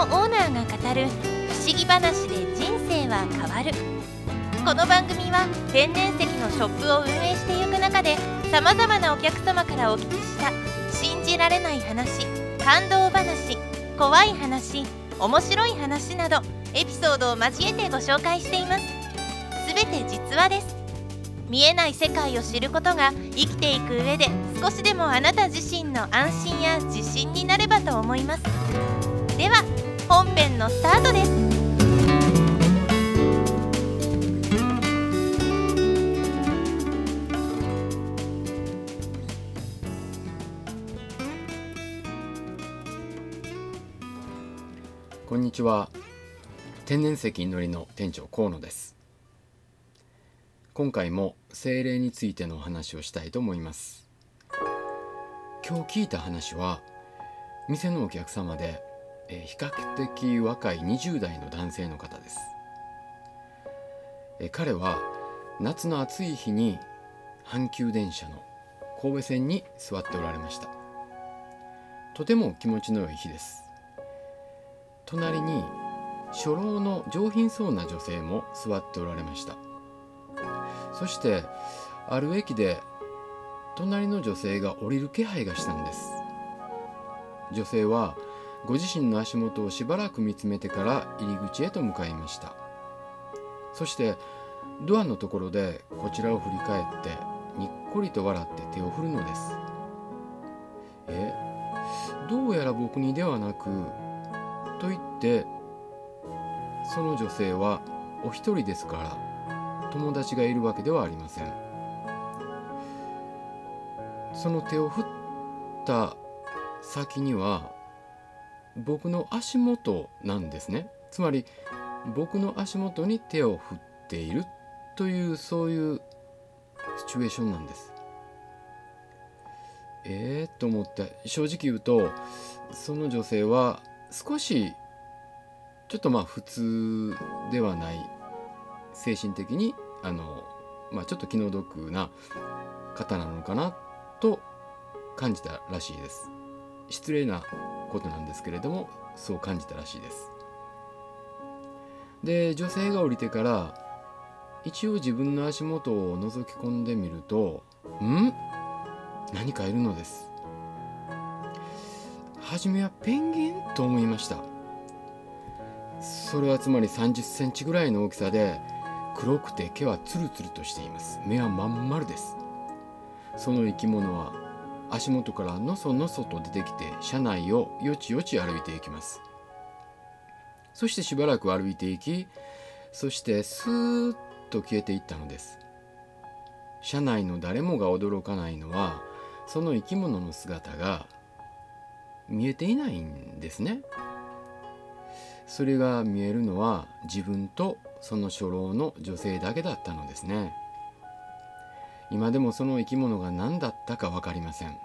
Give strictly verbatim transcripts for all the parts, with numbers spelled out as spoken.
オーナーが語る不思議話で人生は変わる。この番組は天然石のショップを運営していく中で、さまざまなお客様からお聞きした信じられない話、感動話、怖い話、面白い話などエピソードを交えてご紹介しています。すべて実話です。見えない世界を知ることが生きていく上で少しでもあなた自身の安心や自信になればと思います。では本編のスタートです。 こんにちは。天然石のりの店長河野です。今回も精霊についてのお話をしたいと思います。今日聞いた話は店のお客様で、えー、比較的若いにじゅう代の男性の方です。えー、彼は夏の暑い日に阪急電車の神戸線に座っておられました。とても気持ちの良い日です。隣に初老の上品そうな女性も座っておられました。そしてある駅で隣の女性が降りる気配がしたんです。女性はご自身の足元をしばらく見つめてから入り口へと向かいました。そしてドアのところでこちらを振り返ってにっこりと笑って手を振るのです。え、どうやら僕にではなくと言って、その女性はお一人ですから友達がいるわけではありません。その手を振った先には僕の足元なんですね。つまり僕の足元に手を振っているという、そういうシチュエーションなんです。えーと思って、正直言うとその女性は少しちょっとまあ普通ではない、精神的にあの、まあ、ちょっと気の毒な方なのかなと感じたらしいです。失礼なことなんですけれども、そう感じたらしいです。で、女性が降りてから一応自分の足元を覗き込んでみると、ん？何かいるのです。初めはペンギンと思いました。それはつまりさんじゅっセンチぐらいの大きさで、黒くて毛はツルツルとしています。目はまん丸です。その生き物は足元からのそのそと出てきて、車内をよちよち歩いていきます。そしてしばらく歩いていき、そしてスーッと消えていったのです。車内の誰もが驚かないのは、その生き物の姿が見えていないんですね。それが見えるのは自分とその初老の女性だけだったのですね。今でもその生き物が何だったか分かりません。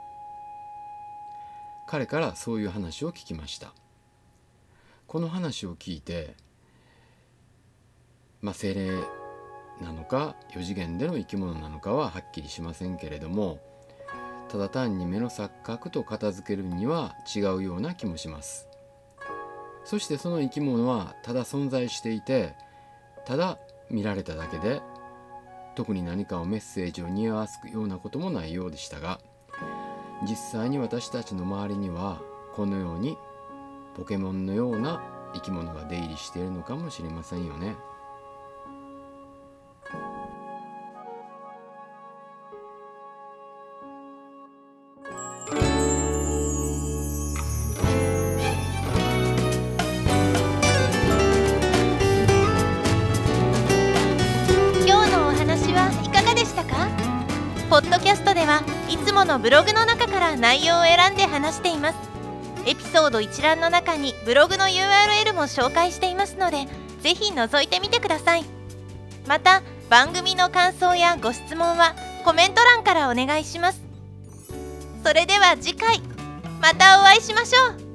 彼からそういう話を聞きました。この話を聞いて、まあ精霊なのかよ次元での生き物なのかははっきりしませんけれども、ただ単に目の錯覚と片付けるには違うような気もします。そしてその生き物はただ存在していて、ただ見られただけで、特に何かをメッセージを匂わすようなこともないようでしたが、実際に私たちの周りにはこのようにポケモンのような生き物が出入りしているのかもしれませんよね。 ポッドキャストではいつものブログの中から内容を選んで話しています。エピソード一覧の中にブログの ユーアールエル も紹介していますので、ぜひ覗いてみてください。また番組の感想やご質問はコメント欄からお願いします。それでは次回またお会いしましょう。